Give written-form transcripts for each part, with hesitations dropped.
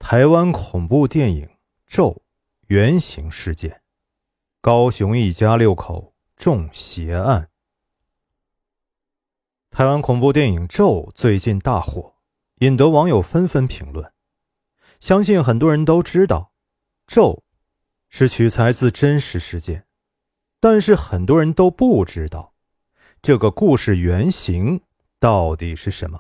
台湾恐怖电影《咒》原型事件，高雄一家6口中邪案。台湾恐怖电影《咒》最近大火，引得网友纷纷评论。相信很多人都知道，《咒》是取材自真实事件，但是很多人都不知道，这个故事原型到底是什么。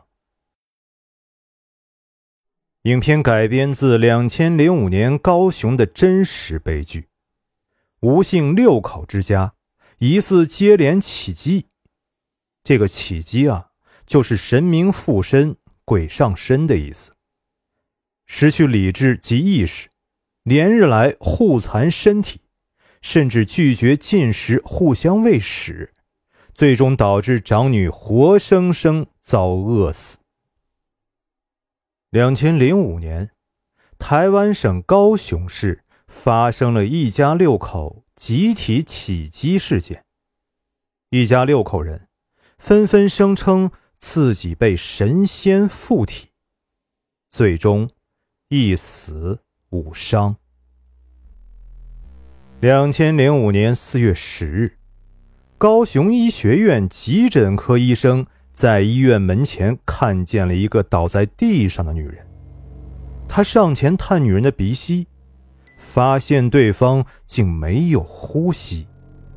影片改编自2005年高雄的真实悲剧，吴姓6口之家疑似接连起乩。这个起乩就是神明附身、鬼上身的意思。失去理智及意识，连日来互残身体，甚至拒绝进食，互相喂食，最终导致长女活生生遭饿死。2005年，台湾省高雄市发生了一家6口集体起乩事件。一家6口人纷纷声称自己被神仙附体，最终1死5伤。2005年4月10日，高雄医学院急诊科医生在医院门前看见了一个倒在地上的女人。他上前探女人的鼻息，发现对方竟没有呼吸。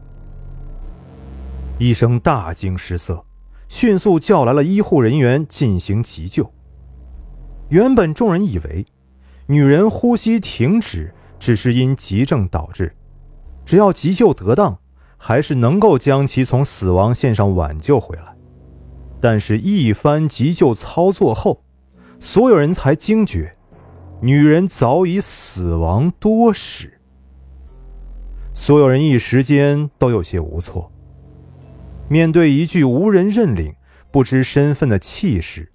医生大惊失色，迅速叫来了医护人员进行急救。原本众人以为女人呼吸停止只是因急症导致，只要急救得当，还是能够将其从死亡线上挽救回来。但是一番急救操作后，所有人才惊觉，女人早已死亡多时。所有人一时间都有些无措。面对一具无人认领、不知身份的弃尸，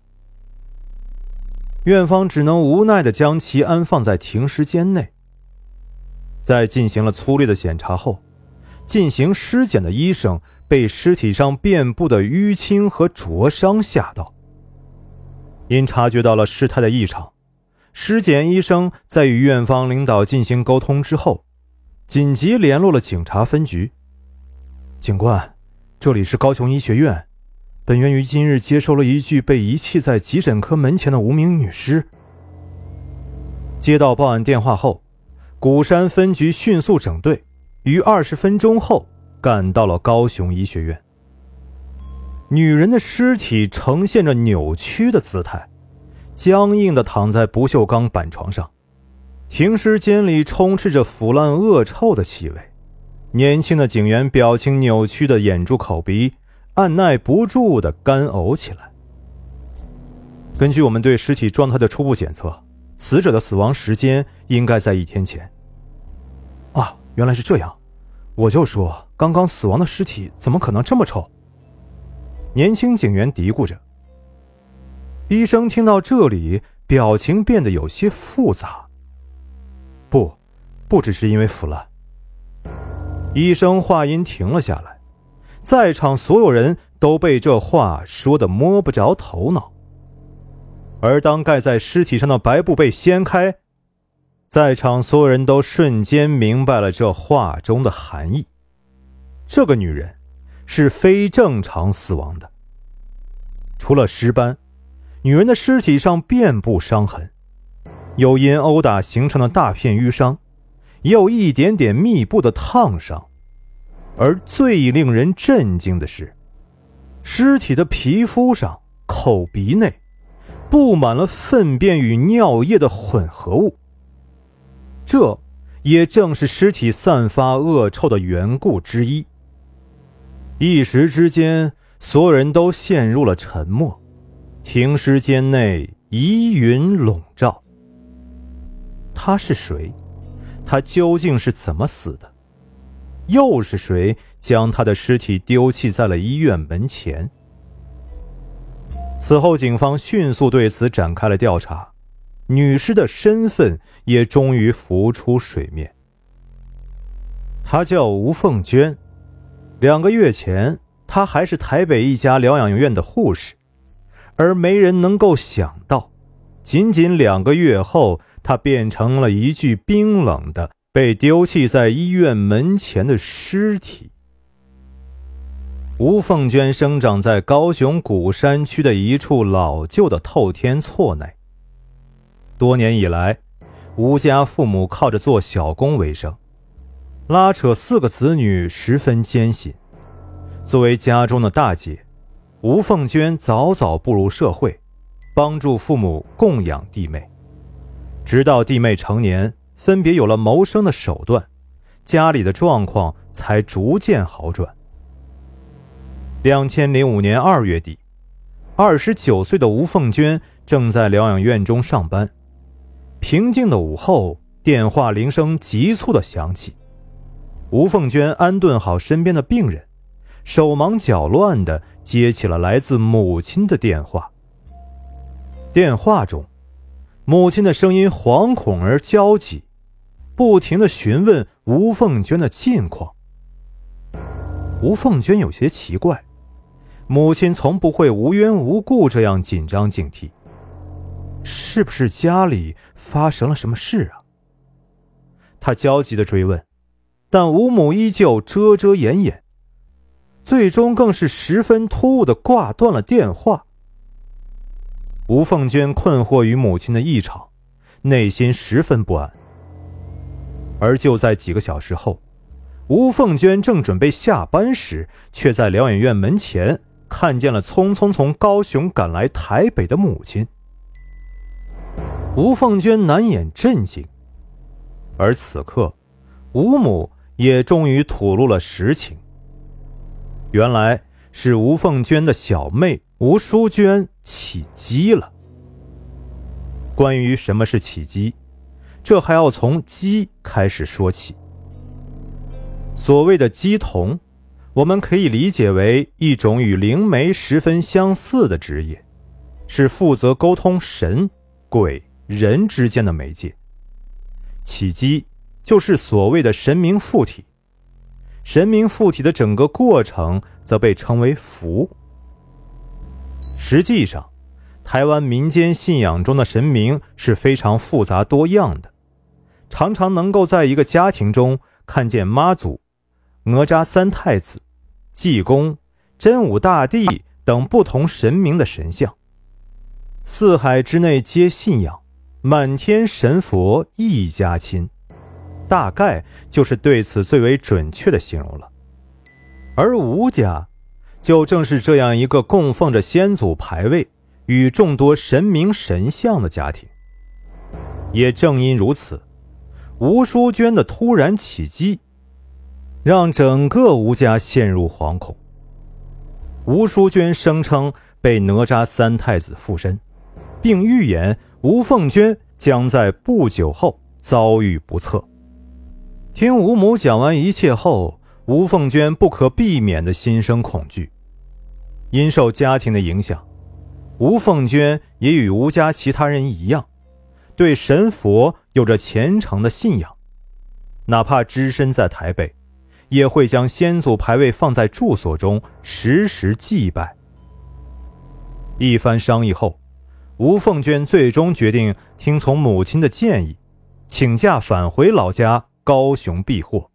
院方只能无奈地将其安放在停尸间内。在进行了粗略的检查后，进行尸检的医生被尸体上遍布的淤青和灼伤吓到。因察觉到了事态的异常，尸检医生在与院方领导进行沟通之后，紧急联络了警察分局。警官，这里是高雄医学院，本院于今日接收了一具被遗弃在急诊科门前的无名女尸。接到报案电话后，鼓山分局迅速整队，于20分钟后赶到了高雄医学院。女人的尸体呈现着扭曲的姿态，僵硬地躺在不锈钢板床上。停尸间里充斥着腐烂恶臭的气味，年轻的警员表情扭曲的掩住口鼻，按耐不住地干呕起来。根据我们对尸体状态的初步检测，死者的死亡时间应该在1天前。原来是这样，我就说刚刚死亡的尸体怎么可能这么臭？年轻警员嘀咕着。医生听到这里，表情变得有些复杂。不只是因为腐烂。医生话音停了下来，在场所有人都被这话说得摸不着头脑。而当盖在尸体上的白布被掀开，在场所有人都瞬间明白了这话中的含义。这个女人是非正常死亡的。除了尸斑，女人的尸体上遍布伤痕，有因殴打形成的大片淤伤，也有一点点密布的烫伤。而最令人震惊的是，尸体的皮肤上、口鼻内布满了粪便与尿液的混合物。这也正是尸体散发恶臭的缘故之一。一时之间，所有人都陷入了沉默，停尸间内疑云笼罩。他是谁？他究竟是怎么死的？又是谁将他的尸体丢弃在了医院门前？此后警方迅速对此展开了调查，女尸的身份也终于浮出水面。她叫吴凤娟，2个月前她还是台北一家疗养院的护士，而没人能够想到， 仅仅2个月后，他变成了一具冰冷的被丢弃在医院门前的尸体。吴凤娟生长在高雄古山区的一处老旧的透天厝内。多年以来，吴家父母靠着做小工为生，拉扯4个子女十分艰辛。作为家中的大姐，吴凤娟早早步入社会，帮助父母供养弟妹。直到弟妹成年，分别有了谋生的手段，家里的状况才逐渐好转。2005年2月底，29岁的吴凤娟正在疗养院中上班。平静的午后，电话铃声急促地响起。吴凤娟安顿好身边的病人，手忙脚乱地接起了来自母亲的电话。电话中，母亲的声音惶恐而焦急，不停地询问吴凤娟的近况。吴凤娟有些奇怪，母亲从不会无缘无故这样紧张警惕，是不是家里发生了什么事啊？她焦急地追问，但吴母依旧遮遮掩掩，最终更是十分突兀地挂断了电话。吴凤娟困惑于母亲的异常，内心十分不安。而就在几个小时后，吴凤娟正准备下班时，却在疗养院门前看见了匆匆从高雄赶来台北的母亲。吴凤娟难掩震惊，而此刻吴母也终于吐露了实情。原来是吴凤娟的小妹吴淑娟起鸡了。关于什么是起鸡，这还要从鸡开始说起。所谓的鸡童，我们可以理解为一种与灵媒十分相似的职业，是负责沟通神、鬼、人之间的媒介。起鸡就是所谓的神明附体，神明附体的整个过程则被称为符。实际上，台湾民间信仰中的神明是非常复杂多样的，常常能够在一个家庭中看见妈祖、哪吒三太子、济公、真武大帝等不同神明的神像。四海之内皆信仰，满天神佛一家亲，大概就是对此最为准确的形容了。而吴家就正是这样一个供奉着先祖牌位与众多神明神像的家庭。也正因如此，吴淑娟的突然起鸡让整个吴家陷入惶恐。吴淑娟声称被哪吒三太子附身，并预言吴凤娟将在不久后遭遇不测。听吴母讲完一切后，吴凤娟不可避免地心生恐惧。因受家庭的影响，吴凤娟也与吴家其他人一样，对神佛有着虔诚的信仰，哪怕只身在台北，也会将先祖牌位放在住所中时时祭拜。一番商议后，吴凤娟最终决定听从母亲的建议，请假返回老家高雄避祸。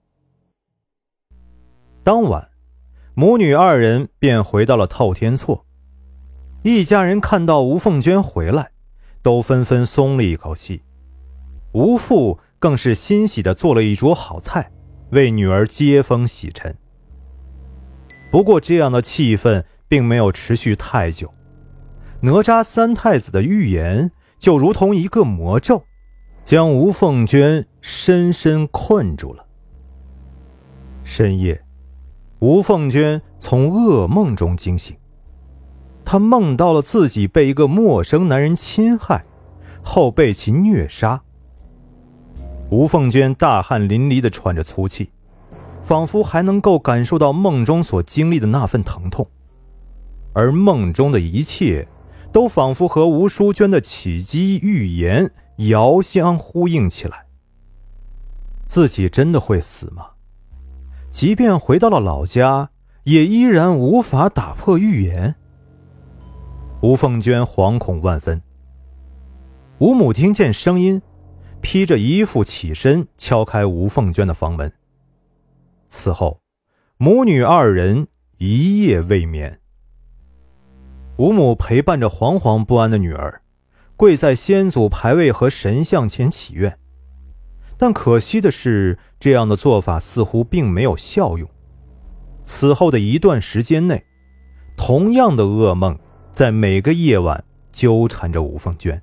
当晚，母女2人便回到了透天厝。一家人看到吴凤娟回来，都纷纷松了一口气。吴父更是欣喜地做了一桌好菜，为女儿接风洗尘。不过这样的气氛并没有持续太久，哪吒三太子的预言就如同一个魔咒，将吴凤娟深深困住了。深夜，吴凤娟从噩梦中惊醒，她梦到了自己被一个陌生男人侵害，后被其虐杀。吴凤娟大汗淋漓地喘着粗气，仿佛还能够感受到梦中所经历的那份疼痛，而梦中的一切都仿佛和吴淑娟的起鸡预言遥相呼应起来。自己真的会死吗？即便回到了老家，也依然无法打破预言。吴凤娟惶恐万分。 吴母听见声音，披着衣服起身敲开吴凤娟的房门。此后母女二人一夜未眠。吴母陪伴着惶惶不安的女儿，跪在先祖牌位和神像前祈愿。但可惜的是，这样的做法似乎并没有效用。此后的一段时间内，同样的噩梦在每个夜晚纠缠着吴凤娟。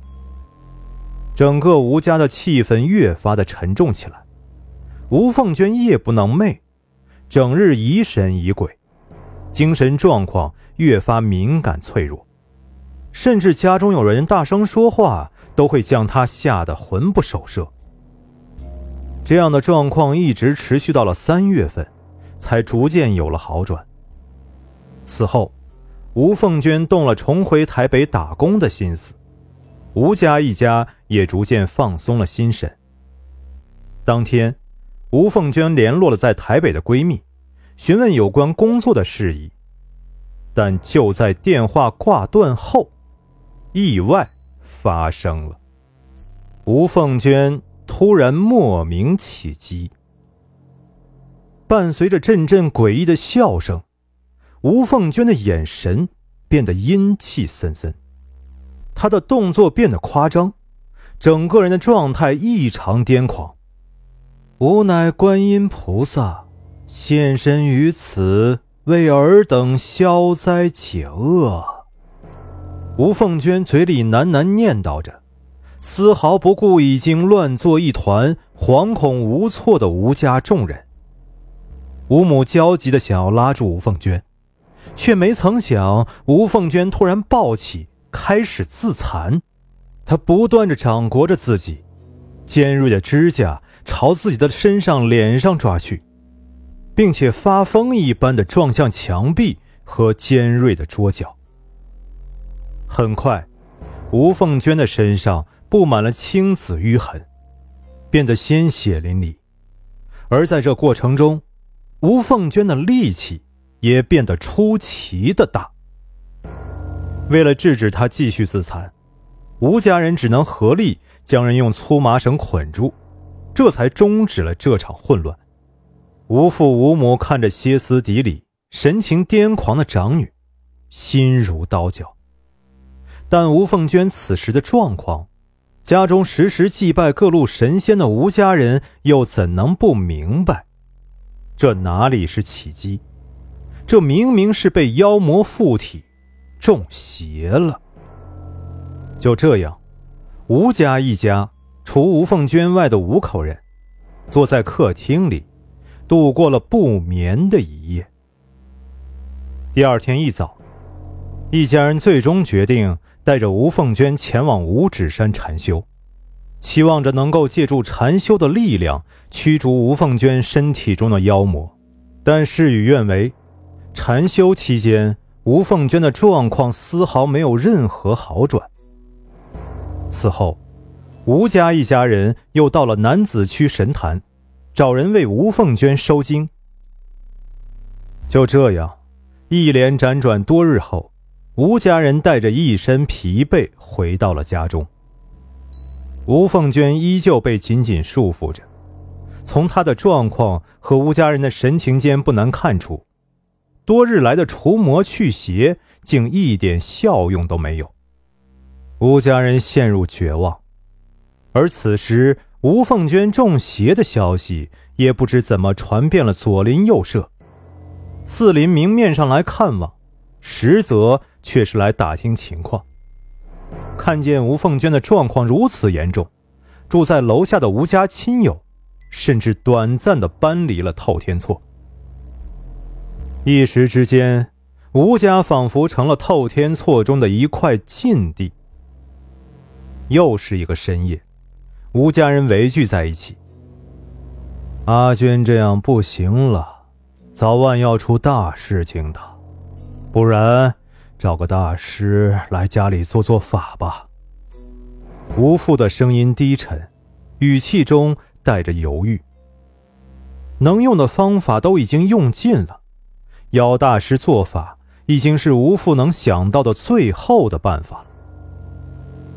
整个吴家的气氛越发的沉重起来。吴凤娟夜不能寐，整日疑神疑鬼，精神状况越发敏感脆弱，甚至家中有人大声说话都会将她吓得魂不守舍。这样的状况一直持续到了3月份，才逐渐有了好转。此后，吴凤娟动了重回台北打工的心思，吴家一家也逐渐放松了心神。当天，吴凤娟联络了在台北的闺蜜，询问有关工作的事宜。但就在电话挂断后，意外发生了。吴凤娟突然莫名起鸡，伴随着阵阵诡异的笑声，吴凤娟的眼神变得阴气森森，她的动作变得夸张，整个人的状态异常癫狂。吾乃观音菩萨，现身于此，为尔等消灾解厄。吴凤娟嘴里喃喃念叨着，丝毫不顾已经乱作一团、惶恐无措的吴家众人。吴母焦急地想要拉住吴凤娟，却没曾想吴凤娟突然暴起，开始自残。她不断地掌掴着自己，尖锐的指甲朝自己的身上、脸上抓去，并且发疯一般地撞向墙壁和尖锐的桌角。很快，吴凤娟的身上布满了青紫淤痕，变得鲜血淋漓。而在这过程中，吴凤娟的力气也变得出奇的大。为了制止她继续自残，吴家人只能合力将人用粗麻绳捆住，这才终止了这场混乱。吴父吴母看着歇斯底里、神情癫狂的长女，心如刀绞。但吴凤娟此时的状况，家中时时祭拜各路神仙的吴家人又怎能不明白？这哪里是起鸡，这明明是被妖魔附体，中邪了。就这样，吴家一家除吴凤娟外的5口人，坐在客厅里，度过了不眠的一夜。第二天一早，一家人最终决定带着吴凤娟前往五指山禅修，期望着能够借助禅修的力量驱逐吴凤娟身体中的妖魔。但事与愿违，禅修期间，吴凤娟的状况丝毫没有任何好转。此后，吴家一家人又到了南子区神坛，找人为吴凤娟收经。就这样，一连辗转多日后，吴家人带着一身疲惫回到了家中。吴凤娟依旧被紧紧束缚着，从她的状况和吴家人的神情间不难看出，多日来的除魔去邪竟一点效用都没有。吴家人陷入绝望，而此时吴凤娟中邪的消息也不知怎么传遍了左邻右舍。四邻明面上来看望，实则却是来打听情况。看见吴凤娟的状况如此严重，住在楼下的吴家亲友甚至短暂地搬离了透天厝。一时之间，吴家仿佛成了透天厝中的一块禁地。又是一个深夜，吴家人围聚在一起。阿娟这样不行了，早晚要出大事情的，不然找个大师来家里做做法吧。吴父的声音低沉，语气中带着犹豫。能用的方法都已经用尽了，邀大师做法已经是吴父能想到的最后的办法了。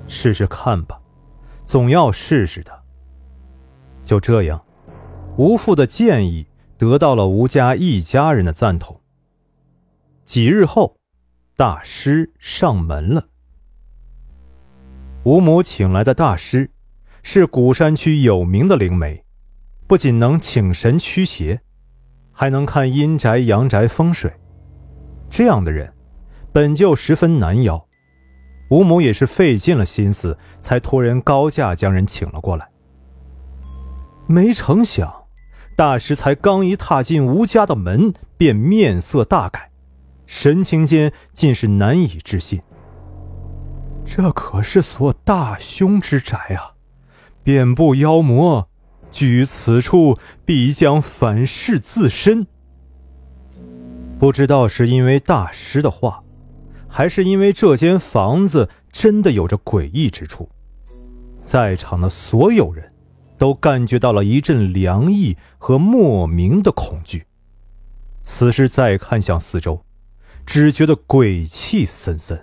试试看吧，总要试试的。就这样，吴父的建议得到了吴家一家人的赞同。几日后，大师上门了。吴母请来的大师是古山区有名的灵媒，不仅能请神驱邪，还能看阴宅阳宅风水。这样的人本就十分难邀，吴母也是费尽了心思才托人高价将人请了过来。没成想，大师才刚一踏进吴家的门，便面色大改，神情间尽是难以置信。这可是所大凶之宅啊，遍布妖魔，居此处必将反噬自身。不知道是因为大师的话，还是因为这间房子真的有着诡异之处，在场的所有人都感觉到了一阵凉意和莫名的恐惧。此时再看向四周，只觉得鬼气森森。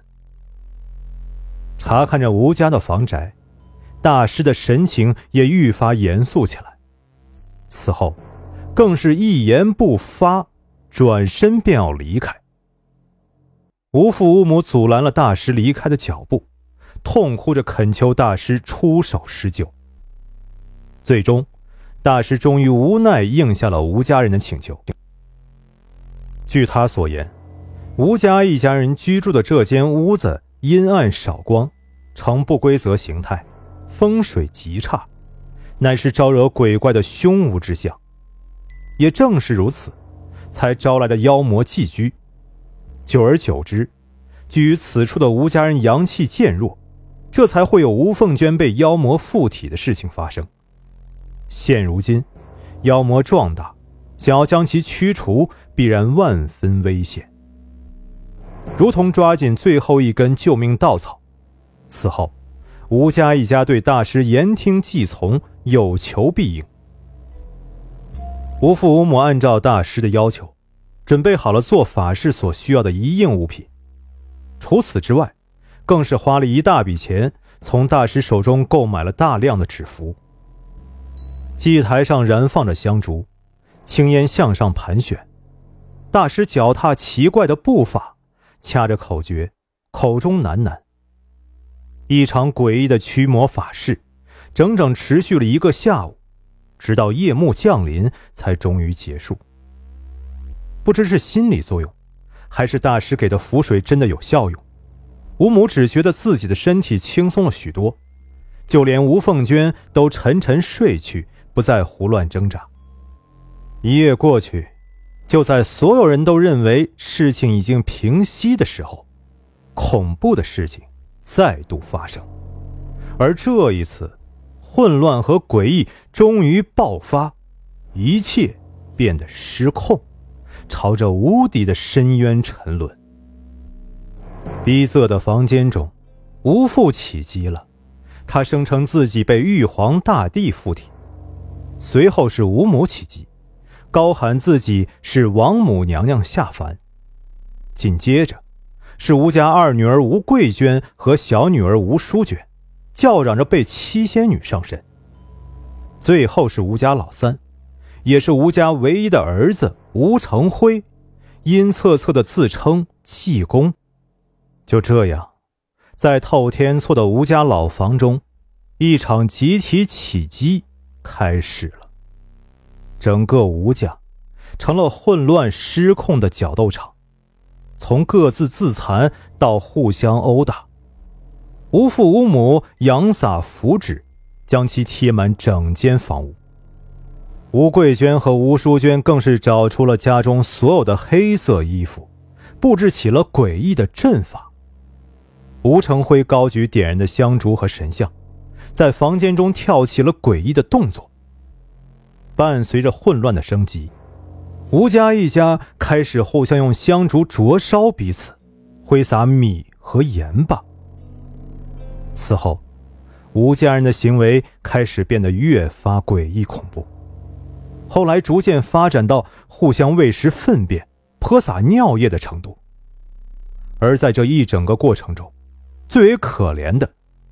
查看着吴家的房宅，大师的神情也愈发严肃起来。此后更是一言不发，转身便要离开。吴父吴母阻拦了大师离开的脚步，痛哭着恳求大师出手施救。最终，大师终于无奈应下了吴家人的请求。据他所言，吴家一家人居住的这间屋子阴暗少光，呈不规则形态，风水极差，乃是招惹鬼怪的凶无之象。也正是如此，才招来的妖魔寄居。久而久之，居于此处的吴家人阳气渐弱，这才会有吴凤娟被妖魔附体的事情发生。现如今，妖魔壮大，想要将其驱除，必然万分危险。如同抓紧最后一根救命稻草。此后，吴家一家对大师言听计从，有求必应。吴父吴母按照大师的要求，准备好了做法事所需要的一应物品。除此之外，更是花了一大笔钱，从大师手中购买了大量的纸符。祭台上燃放着香烛，青烟向上盘旋。大师脚踏奇怪的步伐，掐着口诀，口中喃喃。一场诡异的驱魔法事整整持续了1个下午，直到夜幕降临才终于结束。不知是心理作用，还是大师给的符水真的有效用，吴母只觉得自己的身体轻松了许多，就连吴凤娟都沉沉睡去，不再胡乱挣扎。一夜过去，就在所有人都认为事情已经平息的时候，恐怖的事情再度发生。而这一次，混乱和诡异终于爆发，一切变得失控，朝着无底的深渊沉沦。逼仄的房间中，吴父起机了，他声称自己被玉皇大帝附体。随后是吴母起机，高喊自己是王母娘娘下凡。紧接着是吴家二女儿吴桂娟和小女儿吴淑娟，叫嚷着被七仙女上身。最后是吴家老三，也是吴家唯一的儿子吴成辉，阴恻恻地自称济公。就这样，在透天厝的吴家老房中，一场集体起机开始了。整个吴家成了混乱失控的角斗场，从各自自残到互相殴打。吴父吴母扬撒符纸，将其贴满整间房屋。吴桂娟和吴淑娟更是找出了家中所有的黑色衣服，布置起了诡异的阵法。吴成辉高举点燃的香烛和神像，在房间中跳起了诡异的动作。伴随着混乱的升级，吴家一家开始互相用香烛灼烧彼此，挥洒米和盐巴。此后，吴家人的行为开始变得越发诡异恐怖，后来逐渐发展到互相喂食粪便、泼洒尿液的程度。而在这一整个过程中，最为可怜的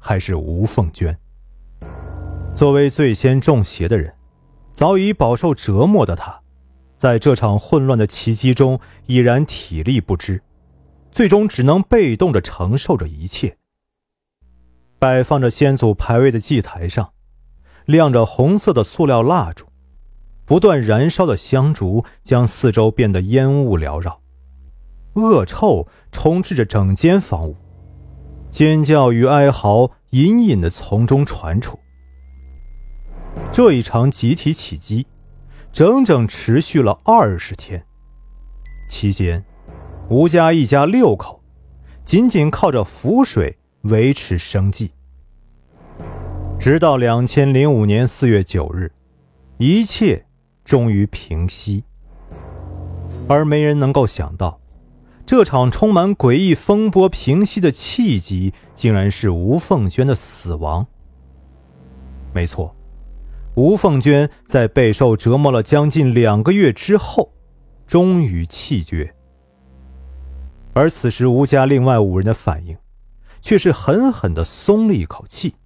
还是吴凤娟。作为最先中邪的人，早已饱受折磨的他，在这场混乱的奇迹中已然体力不支，最终只能被动地承受着一切。摆放着先祖牌位的祭台上，亮着红色的塑料蜡烛，不断燃烧的香烛将四周变得烟雾缭绕，恶臭充斥着整间房屋，尖叫与哀嚎隐隐地从中传出。这一场集体起击整整持续了20天，期间吴家一家6口仅仅靠着符水维持生计。直到2005年4月9日，一切终于平息。而没人能够想到，这场充满诡异风波平息的契机，竟然是吴凤娟的死亡。没错，吴凤娟在备受折磨了将近2个月之后，终于气绝。而此时吴家另外5人的反应，却是狠狠地松了一口气。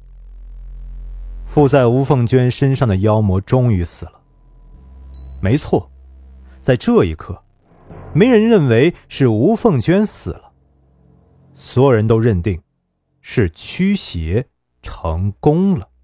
附在吴凤娟身上的妖魔终于死了。没错，在这一刻，没人认为是吴凤娟死了，所有人都认定是驱邪成功了。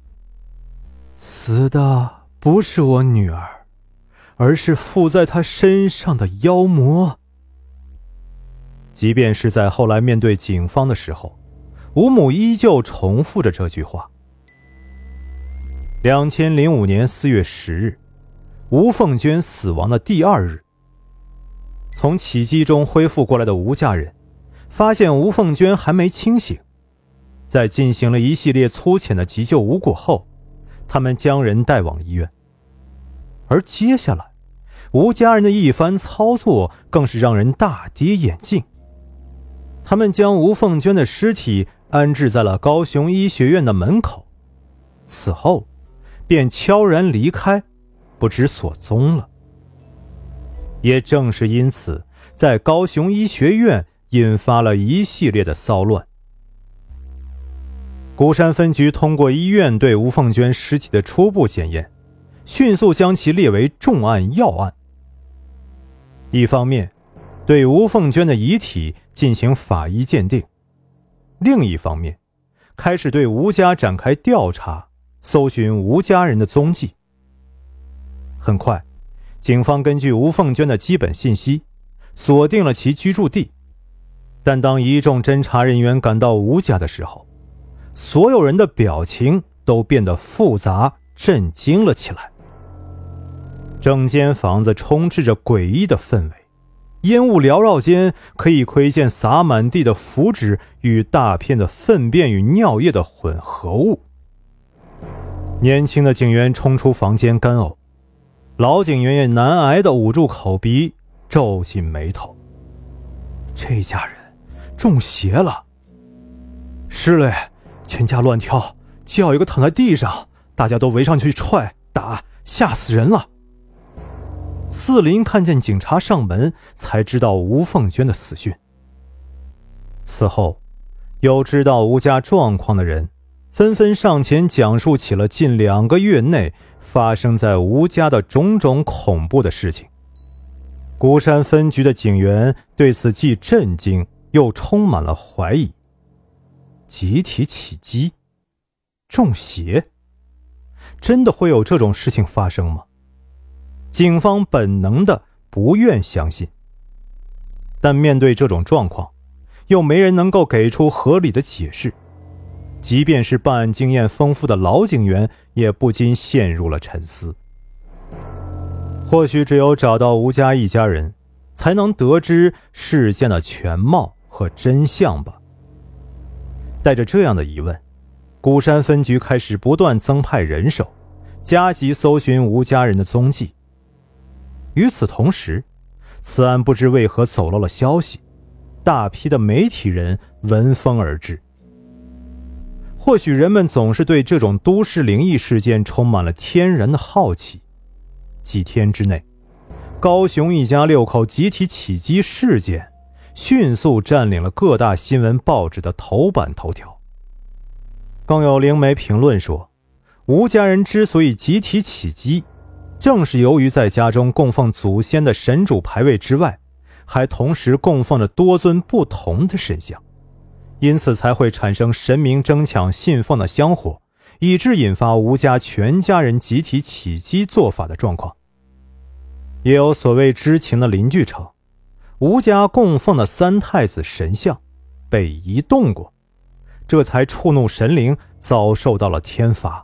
死的不是我女儿，而是附在她身上的妖魔。即便是在后来面对警方的时候，吴母依旧重复着这句话。2005年4月10日，吴凤娟死亡的第2日，从起击中恢复过来的吴家人发现吴凤娟还没清醒，在进行了一系列粗浅的急救无果后，他们将人带往医院。而接下来吴家人的一番操作更是让人大跌眼镜。他们将吴凤娟的尸体安置在了高雄医学院的门口，此后便悄然离开，不知所踪了。也正是因此，在高雄医学院引发了一系列的骚乱。鼓山分局通过医院对吴凤娟尸体的初步检验，迅速将其列为重案要案。一方面对吴凤娟的遗体进行法医鉴定，另一方面开始对吴家展开调查，搜寻吴家人的踪迹。很快，警方根据吴凤娟的基本信息锁定了其居住地，但当一众侦查人员赶到吴家的时候，所有人的表情都变得复杂震惊了起来。整间房子充斥着诡异的氛围，烟雾缭绕间可以窥见洒满地的符纸与大片的粪便与尿液的混合物。年轻的警员冲出房间干呕，老警员也难挨地捂住口鼻，皱紧眉头。这家人中邪了。是嘞，全家乱跳，叫一个躺在地上，大家都围上去踹打，吓死人了。四邻看见警察上门，才知道吴凤娟的死讯。此后，有知道吴家状况的人纷纷上前讲述起了近2个月内发生在吴家的种种恐怖的事情。鼓山分局的警员对此既震惊又充满了怀疑。集体起击，中邪，真的会有这种事情发生吗？警方本能的不愿相信，但面对这种状况，又没人能够给出合理的解释。即便是办案经验丰富的老警员，也不禁陷入了沉思。或许只有找到吴家一家人，才能得知事件的全貌和真相吧。带着这样的疑问，鼓山分局开始不断增派人手，加急搜寻吴家人的踪迹。与此同时，此案不知为何走漏了消息，大批的媒体人闻风而至。或许人们总是对这种都市灵异事件充满了天然的好奇。几天之内，高雄一家6口集体起击事件迅速占领了各大新闻报纸的头版头条， 更有灵媒评论说，吴家人之所以集体起乩，正是由于在家中供奉祖先的神主牌位之外，还同时供奉着多尊不同的神像，因此才会产生神明争抢信奉的香火，以致引发吴家全家人集体起乩做法的状况。也有所谓知情的邻居称，吴家供奉的三太子神像被移动过，这才触怒神灵，遭受到了天罚。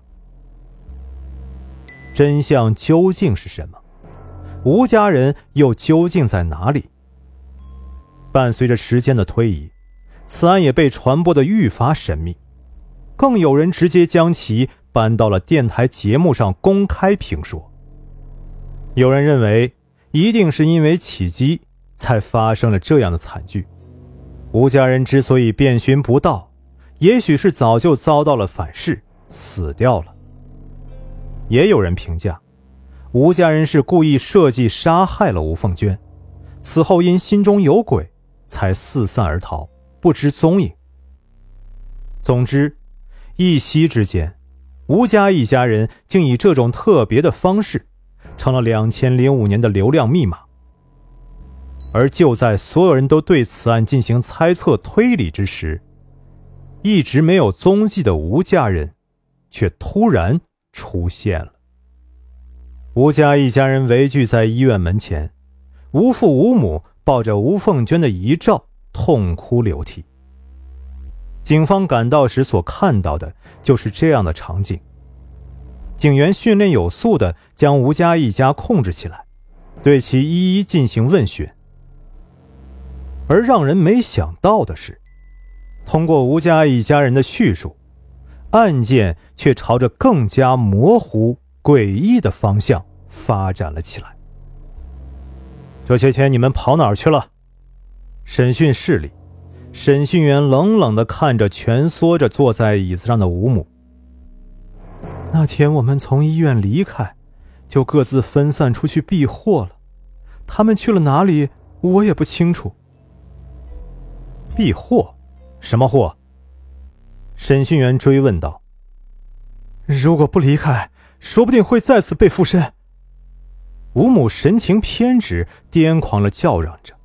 真相究竟是什么？吴家人又究竟在哪里？伴随着时间的推移，此案也被传播得愈发神秘，更有人直接将其搬到了电台节目上公开评说。有人认为，一定是因为起乩才发生了这样的惨剧。吴家人之所以遍寻不到，也许是早就遭到了反噬，死掉了。也有人评价，吴家人是故意设计杀害了吴凤娟，此后因心中有鬼，才四散而逃，不知踪影。总之，一夕之间，吴家一家人竟以这种特别的方式，成了2005年的流量密码。而就在所有人都对此案进行猜测推理之时，一直没有踪迹的吴家人却突然出现了。吴家一家人围聚在医院门前，吴父吴母抱着吴凤娟的遗照痛哭流涕。警方赶到时所看到的就是这样的场景。警员训练有素地将吴家一家控制起来，对其一一进行问询。而让人没想到的是，通过吴家一家人的叙述，案件却朝着更加模糊诡异的方向发展了起来。这些天你们跑哪儿去了？审讯室里，审讯员冷冷地看着蜷缩着坐在椅子上的吴母。那天我们从医院离开，就各自分散出去避祸了，他们去了哪里我也不清楚。避祸？什么祸？审讯员追问道。如果不离开，说不定会再次被附身。吴母神情偏执，癫狂地叫嚷着。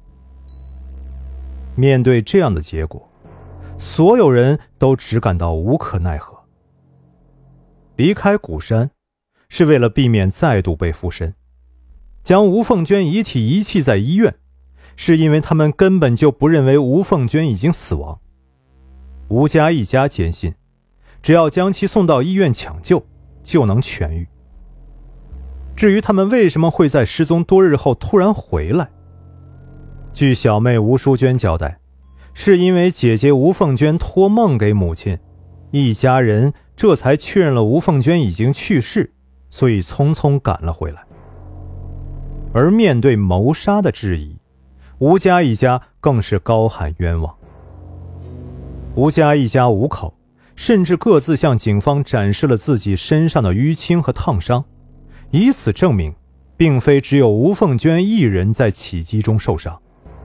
面对这样的结果，所有人都只感到无可奈何。离开鼓山是为了避免再度被附身，将吴凤娟遗体遗弃在医院，是因为他们根本就不认为吴凤娟已经死亡。吴家一家坚信，只要将其送到医院抢救，就能痊愈。至于他们为什么会在失踪多日后突然回来，据小妹吴淑娟交代，是因为姐姐吴凤娟托梦给母亲，一家人这才确认了吴凤娟已经去世，所以匆匆赶了回来。而面对谋杀的质疑，吴家一家更是高喊冤枉。吴家一家5口甚至各自向警方展示了自己身上的淤青和烫伤，以此证明并非只有吴凤娟一人在起乩中受伤。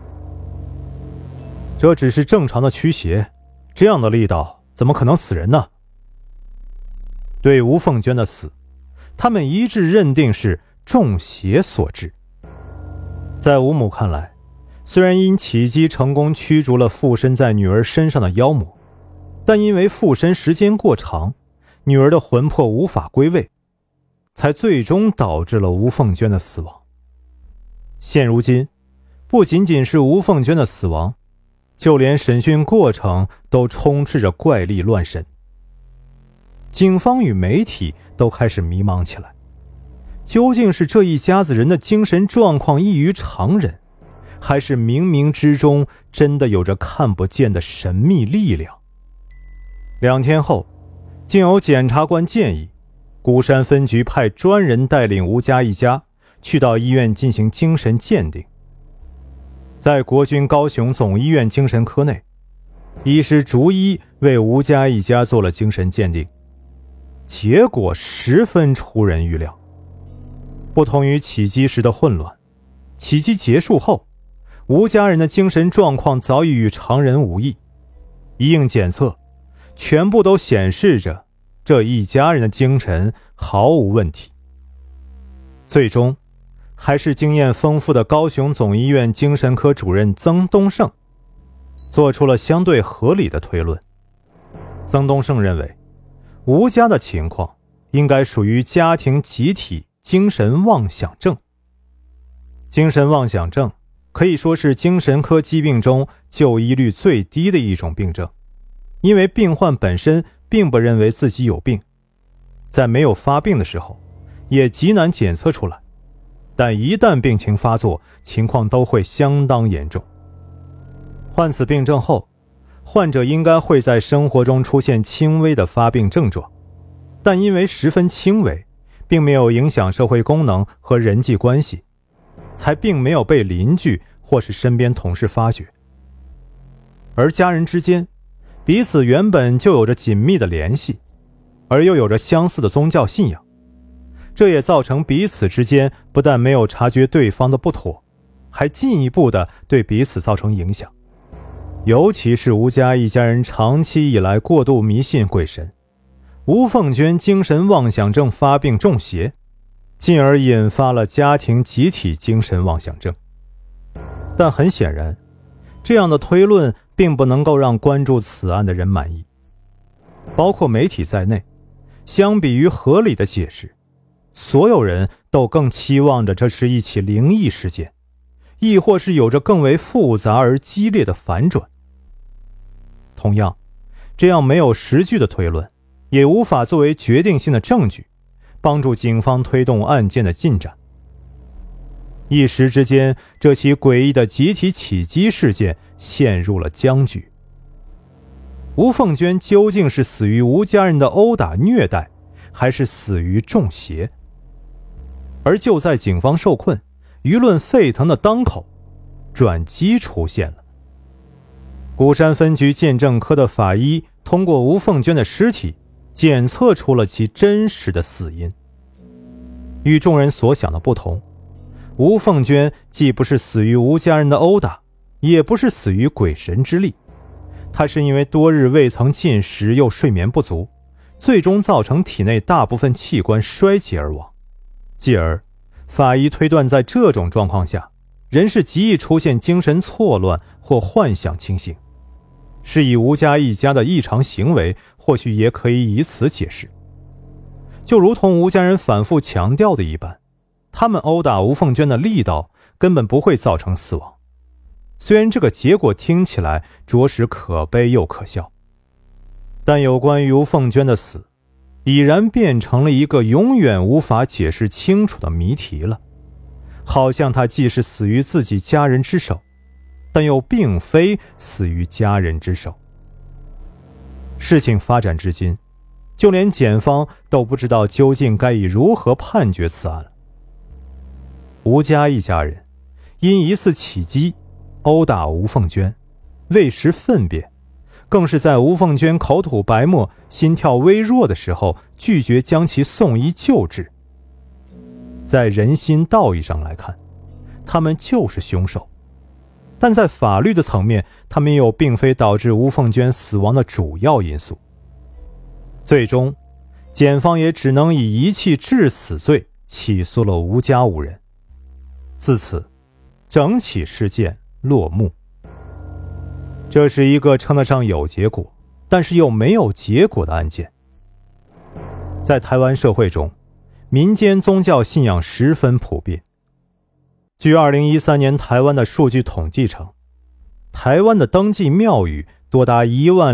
这只是正常的驱邪，这样的力道怎么可能死人呢？对吴凤娟的死，他们一致认定是中邪所致。在吴母看来，虽然因起乩成功驱逐了附身在女儿身上的妖魔，但因为附身时间过长，女儿的魂魄无法归位，才最终导致了吴凤娟的死亡。现如今，不仅仅是吴凤娟的死亡，就连审讯过程都充斥着怪力乱神。警方与媒体都开始迷茫起来，究竟是这一家子人的精神状况异于常人，还是冥冥之中真的有着看不见的神秘力量？2天后，竟有检察官建议鼓山分局派专人带领吴家一家去到医院进行精神鉴定。在国军高雄总医院精神科内，医师逐一为吴家一家做了精神鉴定，结果十分出人预料。不同于起乩时的混乱，起乩结束后，吴家人的精神状况早已与常人无异。一应检测， 全部都显示着这一家人的精神毫无问题。最终还是经验丰富的高雄总医院精神科主任曾东胜做出了相对合理的推论。曾东胜认为，吴家的情况应该属于家庭集体精神妄想症。精神妄想症可以说是精神科疾病中就医率最低的一种病症，因为病患本身并不认为自己有病，在没有发病的时候也极难检测出来，但一旦病情发作，情况都会相当严重。患此病症后，患者应该会在生活中出现轻微的发病症状，但因为十分轻微，并没有影响社会功能和人际关系，才并没有被邻居或是身边同事发觉。而家人之间彼此原本就有着紧密的联系，而又有着相似的宗教信仰，这也造成彼此之间不但没有察觉对方的不妥，还进一步的对彼此造成影响。尤其是吴家一家人长期以来过度迷信鬼神，吴凤娟精神妄想症发病中邪，进而引发了家庭集体精神妄想症。但很显然，这样的推论并不能够让关注此案的人满意，包括媒体在内，相比于合理的解释，所有人都更期望着这是一起灵异事件，亦或是有着更为复杂而激烈的反转。同样，这样没有实据的推论也无法作为决定性的证据，帮助警方推动案件的进展。一时之间，这起诡异的集体起击事件陷入了僵局。吴凤娟究竟是死于吴家人的殴打虐待，还是死于中邪？而就在警方受困、舆论沸腾的当口，转机出现了。鼓山分局鉴证科的法医通过吴凤娟的尸体检测出了其真实的死因。与众人所想的不同，吴凤娟既不是死于吴家人的殴打，也不是死于鬼神之力，她是因为多日未曾进食又睡眠不足，最终造成体内大部分器官衰竭而亡。继而法医推断，在这种状况下，人是极易出现精神错乱或幻想情形，是以吴家一家的异常行为或许也可以以此解释。就如同吴家人反复强调的一般，他们殴打吴凤娟的力道根本不会造成死亡。虽然这个结果听起来着实可悲又可笑，但有关于吴凤娟的死已然变成了一个永远无法解释清楚的谜题了。好像她既是死于自己家人之手，但又并非死于家人之手。事情发展至今，就连检方都不知道究竟该以如何判决此案了。吴家一家人因一次起击殴打吴凤娟，喂食粪便，更是在吴凤娟口吐白沫、心跳微弱的时候拒绝将其送医救治。在人心道义上来看，他们就是凶手，但在法律的层面，他们又并非导致吴凤娟死亡的主要因素。最终，检方也只能以遗弃致死罪起诉了吴家5人。自此，整起事件落幕。这是一个称得上有结果，但是又没有结果的案件。在台湾社会中，民间宗教信仰十分普遍。据2013年台湾的数据统计称，台湾的登记庙宇多达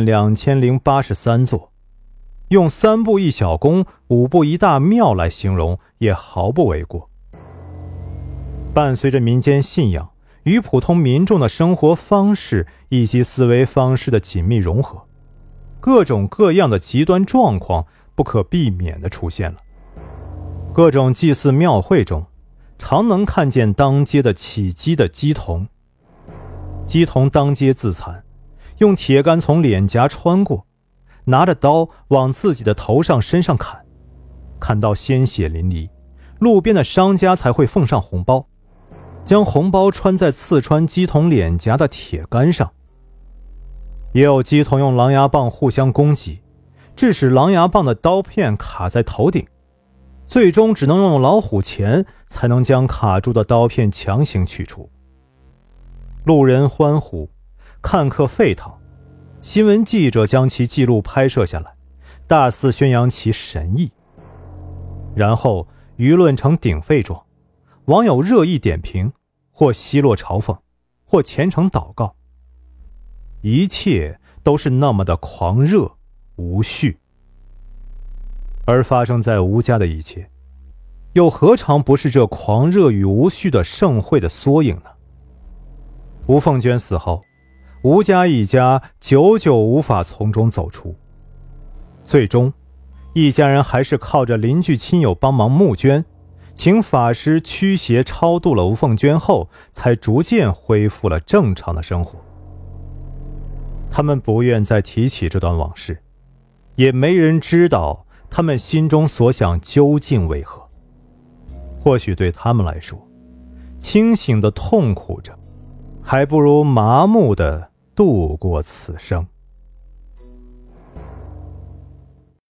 12083座，用3步一小宫、5步一大庙来形容也毫不为过。伴随着民间信仰与普通民众的生活方式以及思维方式的紧密融合，各种各样的极端状况不可避免地出现了。各种祭祀庙会中，常能看见当街的起乩的乩童。乩童当街自残，用铁杆从脸颊穿过，拿着刀往自己的头上身上砍，砍到鲜血淋漓，路边的商家才会奉上红包，将红包穿在刺穿乩童脸颊的铁杆上。 也有鸡童用狼牙棒互相攻击，致使狼牙棒的刀片卡在头顶，最终只能用老虎钳才能将卡住的刀片强行取出。路人欢呼，看客沸腾，新闻记者将其记录拍摄下来，大肆宣扬其神异。然后舆论呈鼎沸状，网友热议点评，或奚落嘲讽，或虔诚祷告，一切都是那么的狂热无序。而发生在吴家的一切，又何尝不是这狂热与无序的盛会的缩影呢？吴凤娟死后，吴家一家久久无法从中走出，最终一家人还是靠着邻居亲友帮忙募捐，请法师驱邪超度了吴凤娟后，才逐渐恢复了正常的生活。他们不愿再提起这段往事，也没人知道他们心中所想究竟为何。或许对他们来说，清醒的痛苦着，还不如麻木地度过此生。